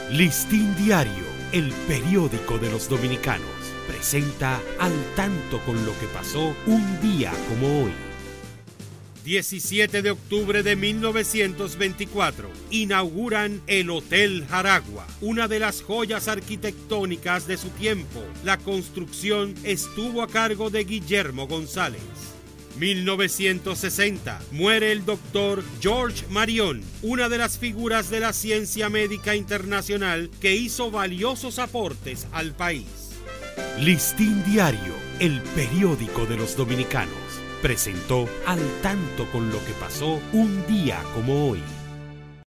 Listín Diario, el periódico de los dominicanos, presenta Al tanto con lo que pasó un día como hoy. 17 de octubre de 1924, inauguran el Hotel Jaragua, una de las joyas arquitectónicas de su tiempo. La construcción estuvo a cargo de Guillermo González. 1960, muere el doctor George Marion, una de las figuras de la ciencia médica internacional que hizo valiosos aportes al país. Listín Diario, el periódico de los dominicanos, presentó Al tanto con lo que pasó un día como hoy.